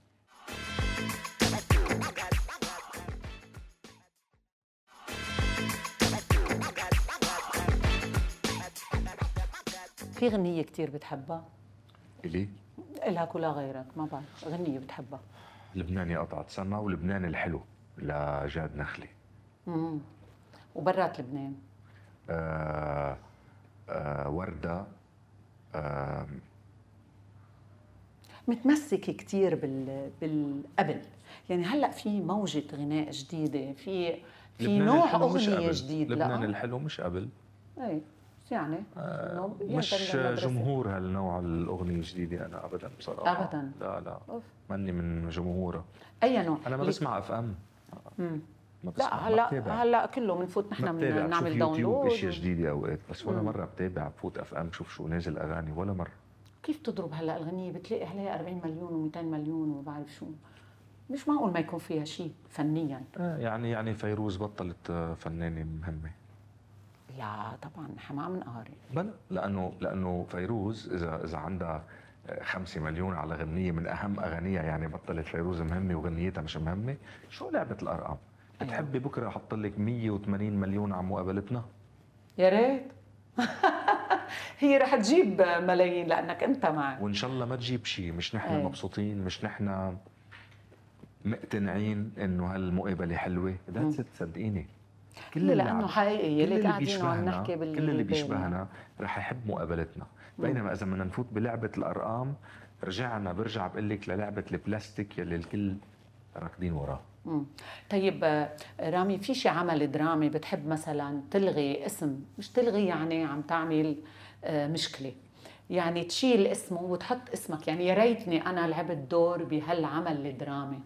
في غنيه كثير بتحبها؟ الي إلك ولا غيرك؟ ما بعرف غنيه بتحبها. لبناني قطعة سما، ولبنان الحلو لجاد نخلي. امم وبرات لبنان؟ آه آه وردة. آه متمسك كثير بال بالقبل، يعني هلا في موجة غناء جديدة، في في نوع أغنية جديد. لبنان لا الحلو مش قبل. اي يعني آه مش جمهور هالنوع الأغنية الجديدة أنا أبدا بصراحة. أبدا لا لا أوف. ماني من جمهورها. أي نوع؟ أنا ما بسمع اف ام. مم. ما بسمع. لا هلا هلا كله بنفوت نحن بنعمل داونلود اشياء جديده اوقات، بس ولا مره بتابع بفوت اف ام شوف شو نازل اغاني ولا مره. كيف تضرب هلا الغنيه بتلاقي عليها أربعين مليون ومئتين مليون وما بعرف شو، مش معقول ما يكون فيها شيء فنيا. آه يعني يعني فيروز بطلت فنانه مهمه؟ لا طبعا نحن ما عم نقارن. بلا لانه لانه فيروز اذا اذا عندها خمسة مليون على غنيه من اهم اغانيها، يعني بطلت فيروز مهمه وغنيتها مش مهمه؟ شو لعبه الارقام؟ بتحبي بكره احط لك مية وثمانين مليون على مقابلتنا؟ يا ريت. هي رح تجيب ملايين لانك انت معك، وان شاء الله ما تجيب شيء، مش نحن أي. مبسوطين، مش نحن مقتنعين انه هالمقابله حلوه، ذاتس ات صدقيني. كل لانه اللعب حقيقيه كل ليك اللي قاعدين وعم بيشبهنا نحكي باللي كل اللي ببالنا. بيشبهنا رح يحب مقابلتنا. بينما اذا بدنا نفوت بلعبه الارقام رجعنا برجع بقول لك للعبه البلاستيك يلي الكل راكدين وراه. مم. طيب آه، رامي، في شي عمل درامي بتحب مثلا تلغي اسم، مش تلغي يعني عم تعمل آه، مشكله، يعني تشيل اسمه وتحط اسمك، يعني يا ريتني انا لعبت دور بهالعمل الدرامي؟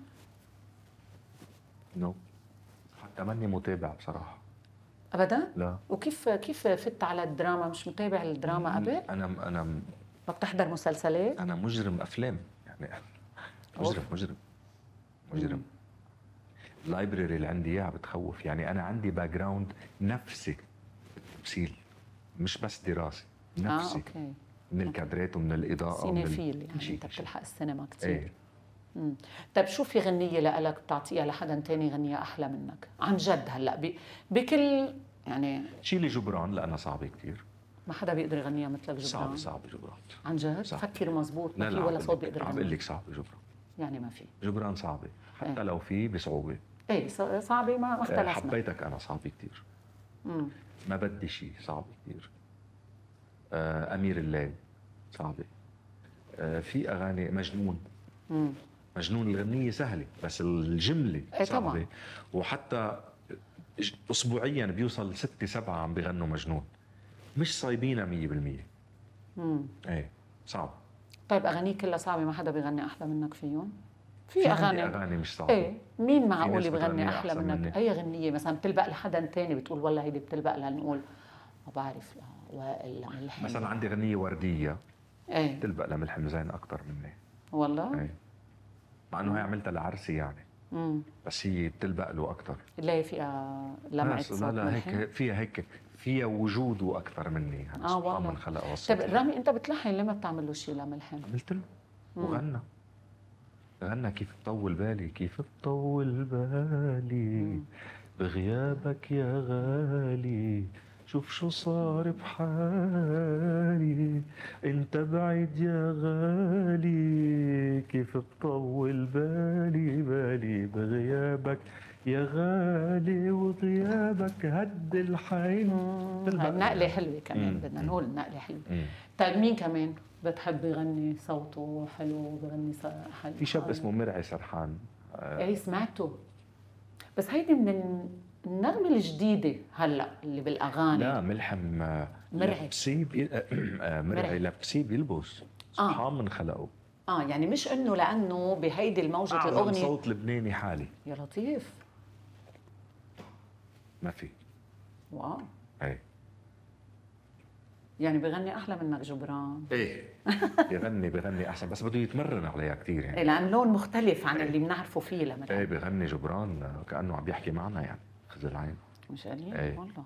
نو حتى ماني متابع بصراحه. ابدا؟ لا وكيف كيف فت على الدراما؟ مش متابع الدراما قبل؟ انا انا ما بتحضر مسلسلات؟ انا مجرم افلام يعني. أوف. مجرم مجرم مجرم. اللايبرري اللي عندي اياها بتخوف، يعني انا عندي باك جراوند نفسي بالتمثيل، مش بس دراسي، نفسي. اه اوكي. من الكادرات ومن الاضاءه ومن سينيفيل يعني، شيء انت شيء. بتلحق السينما كثير. ايه مم. طيب شو في غنية لإلك بتعطيها لحدا تاني غنية أحلى منك عن جد هلا ب... بكل يعني؟ شيلي جبران لانها صعبه كثير. ما حدا بيقدر يغنيها مثلك جبران. صعبه صعبه جبران. عن جد؟ صعب. فكر مزبوط، ما لا في لا ولا عم صوت بقول بيقدر لك عم بقول يغني. لك صعبه جبران. يعني ما في. جبران صعبه حتى ايه. لو في بصعوبه. ايه ص- صعبة، ما ما آه، اختلفنا. حبيتك انا صعبه كثير. امم ما بدي شيء صعب كثير. آه، امير الليل صعبه. آه، في اغاني مجنون. امم مجنون الغنية سهلة بس الجملة إيه صعبة. طبعاً. وحتى أسبوعيا بيوصل ستة سبعة عم بيغنوا مجنون، مش صايبينها مية بالمية. امم ايه صعب. طيب أغانيك كلها صعبة، ما حدا بيغني أحلى منك فيهم؟ في, في أغاني عندي أغاني مش صعبة. ايه، مين في معقول ناس بغني بتغنيها أحلى أحسن منك؟ مني. أي غنية مثلا بتلبق لحدا تاني بتقول والله هيدي بتلبق لنقول ما بعرف لا وائل ملحم مثلا عندي غنية وردية ايه تلبق لملحم زين أكتر مني. والله؟ ايه مع إنه هي عملتها لعرسي يعني، امم بس هي بتلبق له أكتر. لا فيها لمعة بس صوت لا لا ملحم؟ هيك فيها هيك فيها وجوده أكثر مني يعني. اه سبحان والله. من خلق طيب وصف. رامي، انت بتلحن ليه ما بتعمل له شيء لملحم؟ عملت له وغنى. غنى كيف بطول بالي، كيف بطول بالي بغيابك يا غالي، شوف شو صار بحالي انت بعيد يا غالي، كيف بطول بالي بالي بغيابك يا غالي، وغيابك هد الحين. النقلة حلوة كمان، مم. بدنا نقول النقلة حلوة. مم. طيب مين كمان بتحب يغني صوته حلو بغني ص- حلو؟ في شاب اسمه مرعي سرحان. ايه سمعته، بس هيدي من النغمة الجديدة هلا اللي بالاغاني. لا ملحم آه، مرعي. لبسي بي... آه، آه، مرعي. مرعي لبسي بيلبس آه. سبحان من خلقه. اه يعني مش انه لانه بهيدي الموجة أعظم الاغنية. صوت لبناني حالي يا لطيف. ما في. واو. ايه يعني بغني احلى منك جبران. ايه بيغني بيغني احسن بس بده يتمرن عليها كثير يعني. إيه لان لون مختلف عن اللي بنعرفه فيه لما ايه بيغني جبران آه، كانه عم بيحكي معنا يعني. خذ العين. مش قليل إيه. والله.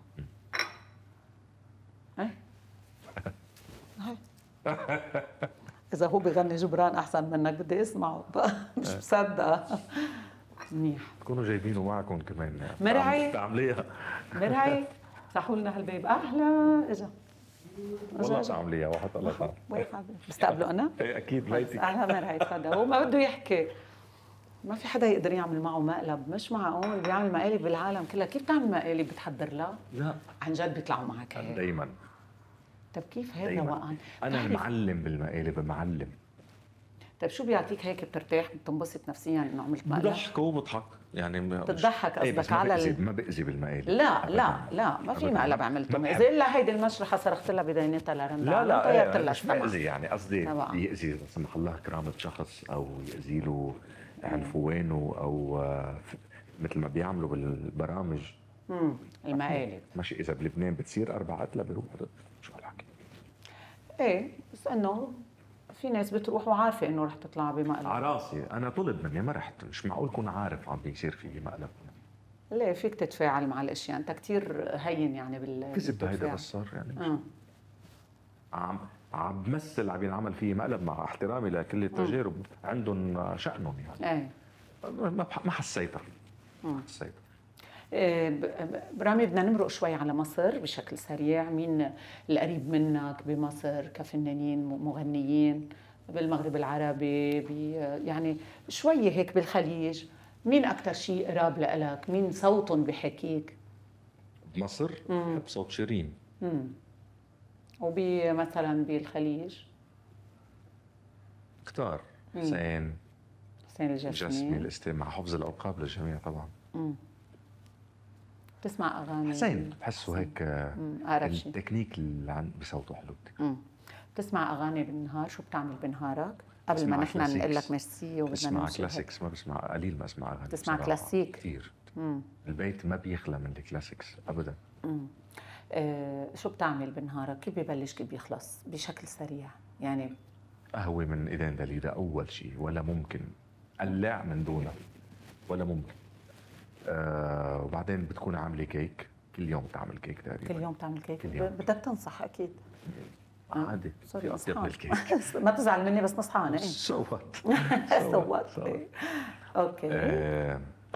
ايه هاي. اذا هو بغني جبران احسن منك بدي اسمعه بقى. مش مصدقه. منيح. تكونوا جايبينه معكم كمان يعني. مرعي. تعمليها مرعي فتحوا لنا هالباب. اهلا. اجا والله تعمليها واحد الله تعالى. وين حابب بستقبله انا؟ ايه اكيد بس بيتك. اهلا مرعي تفضل. هو ما بده يحكي، ما في حدا يقدر يعمل معه مقلب، مش معقول بيعمل مقالب بالعالم كلها. كيف بتعمل مقالب؟ بتحضر لها؟ لا عن جد بيطلعوا معك هيك؟ دايما طيب كيف هيك دايما روقان؟ انا بتعرف- المعلم بالمقالب معلم. طيب شو بيعطيك هيك بترتاح بتنبسط نفسيا انه عملت مقلب؟ بضحك وبضحك يعني م- مش- بتضحك إيه بس قصدك ما على بأذي ال- ما بأذي بالمقالب. لا أبداً. لا لا ما في أبداً. مقلب عملته. ما بحب. اذا الا هيدي المشرحه صرخت لها بدينتها لرندا لا لا طيرت إيه لها مش السما. بأذي يعني قصدي طبعاً. يأذي لا سمح الله كرامة شخص أو يأذي له عنفوانه أو آه، ف- مثل ما بيعملوا بالبرامج. امم المقالب. ماشي إذا بلبنان بتصير أربع قتلة بيروح شو هالحكي. ايه بس انه في ناس بتروح وعارفه انه رح تطلع بمقلب. على راسي أنا طلب مني ما رحت، مش معقول كون عارف عم بيصير في مقلب. ليه فيك تتفاعل مع الاشياء؟ انت كثير هين يعني بال كذب هيدا بالتفاعل. بس صار يعني. اه عم عم بمثل عم ينعمل فيه مقلب مع احترامي لكل التجارب عندهم شأنهم يعني. ايه. ما بح- ما حسيتها ما حسيتها. إيه، ب- ب- برامي بدنا نمرق شوي على مصر بشكل سريع. مين القريب منك بمصر كفنانين مغنيين بالمغرب العربي بي يعني شوي هيك بالخليج؟ مين أكتر شيء قراب لإلك؟ مين صوتهم بحكيك؟ بمصر بحب صوت شيرين. امم وبمثلا بالخليج كتار، حسين، حسين الجسمي، جسمي، الاستاذ، مع حفظ الالقاب للجميع طبعا. امم بتسمع اغاني حسين بحسه هيك اقرب شيء، التكنيك اللي عند بصوته حلو. امم بتسمع اغاني بالنهار؟ شو بتعمل بنهارك قبل ما نحن نقول لك ميرسي وبدنا بسمع كلاسيكس، ما بسمع قليل، ما اسمع اغاني. بتسمع كلاسيك كثير. البيت ما بيخلى من الكلاسيكس ابدا. امم آه شو بتعمل بنهارك؟ كيف ببلش كيف بيخلص بشكل سريع يعني؟ قهوه من ايدين دليده اول شيء، ولا ممكن قلع من دونها، ولا ممكن. آه وبعدين بتكون عامله كيك، كل يوم تعمل كيك تقريبا. كل يوم تعمل كيك؟ كل يوم. بدك تنصح اكيد. عادي، في اطيب من الكيك. ما تزعل مني بس نصحانه. ايه صوت صوت. اوكي. آه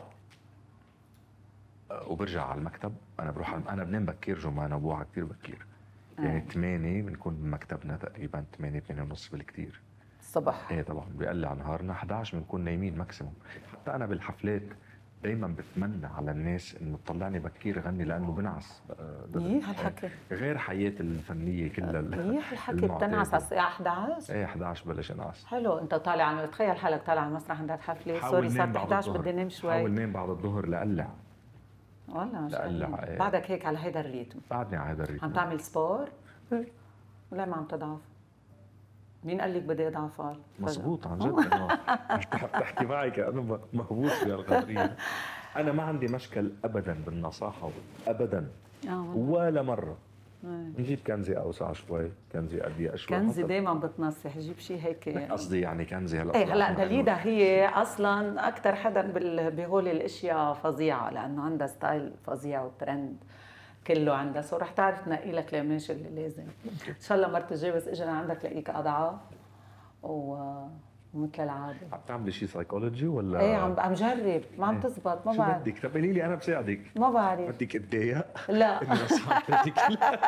وبرجع على المكتب. انا بروح على... انا بنام بكير جمانة، وبوعى كثير بكير. يعني ثمانية بنكون بمكتبنا تقريبا، ثمانية ثمانية ونص بالكثير الصبح. ايه طبعا بيقلع نهارنا، إحدى عشر بنكون نايمين ماكسيموم. حتى انا بالحفلات دايما بتمنى على الناس انه تطلعني بكير غني، لانه بنعس. ايه هالحكي، غير حياتي الفنيه كلها. ايه هالحكي، بتنعس على الساعه إحدى عشر؟ ايه إحدى عشر بلش انعس. حلو. انت طالع على، تخيل حالك طالع على المسرح عندك حفله، سوري صارت إحدى عشر بدي انام شوي. حاول نام بعد الظهر لقلع. والله مش لقلع. ايه. بعدك هيك على هيدا الريتم؟ بعدني على هذا الريتم. عم تعمل سبور؟ ايه. ولا ما عم تضعف؟ مين قال لك بدي اضعف؟ قال مزبوط عن جد. انا بحكي معك كأنه مهووس بهالقضيه. انا ما عندي مشكل ابدا بالنصاحه ابدا، ولا مره. نجيب كنزه اوسع شوي، كنزه اضيق شوي. كنزه دائما بتنصح، جيب شيء هيك. قصدي يعني كنزه هلا. ايه هلا دليدا هي اصلا اكثر حدا بهول الاشياء فظيعه، لانه عندها ستايل فظيع وترند كله عندها، سو رح تعرف تنقي لك القماش اللي لازم. ان شاء الله مرت الجاي بس اجى عندك لاقيك اضعاف و ومثل العاده. عم تعملي شيء سايكولوجي ولا؟ ايه عم عم جرب، ما عم تزبط. ما بعرف. شو بدك؟ طب قولي لي انا بساعدك. ما بعرف. بدك اتضايق؟ لا بدك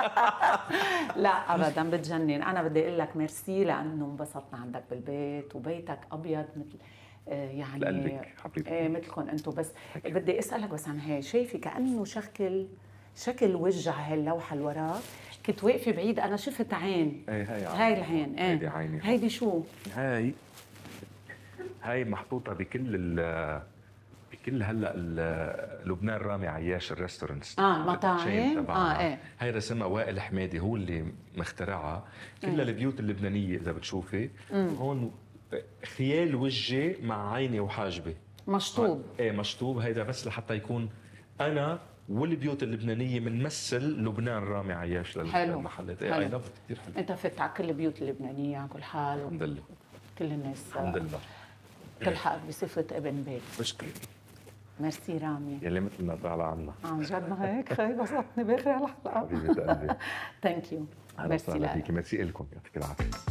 لا ابدا، بتجنن. انا بدي اقول لك ميرسي لانه انبسطنا عندك بالبيت، وبيتك ابيض مثل يعني لقلبك حبيبتي. ايه مثلكم انتم. بس بدي اسالك بس عن هي، شايفه كانه شكل شكل وجه هاللوحه اللي وراك. كنت واقفه بعيد انا شفت عين. ايه هي هاي العين. ايه هيدي عيني. هيدي شو؟ هاي هاي محطوطه بكل ال بكل هلا لبنان رامي عياش الريستورنتس. اه المطاعم. اه ايه هاي رسمها وائل حمادي، هو اللي مخترعها. كلها إيه؟ البيوت اللبنانيه اذا بتشوفي هون خيال وجهي مع عيني وحاجبي مشطوب. ايه مشطوب. هيدا بس لحتى يكون انا والبيوت اللبنانيه بنمثل لبنان رامي عياش للمحلات. ايه اي لاف كثير حلو. انت فت على كل البيوت اللبنانيه على كل حال. الحمد لله. كل الناس الحمد لله. كل حقك بصفه ابن بيت. مشكلة. ميرسي رامي. يلي مثلنا طالع عنا. عن جد ما هيك خي بسطني باخر الحلقه. حبيبه قلبي. ثانك يو. ميرسي لك. ميرسي لكم، يعطيك العافيه.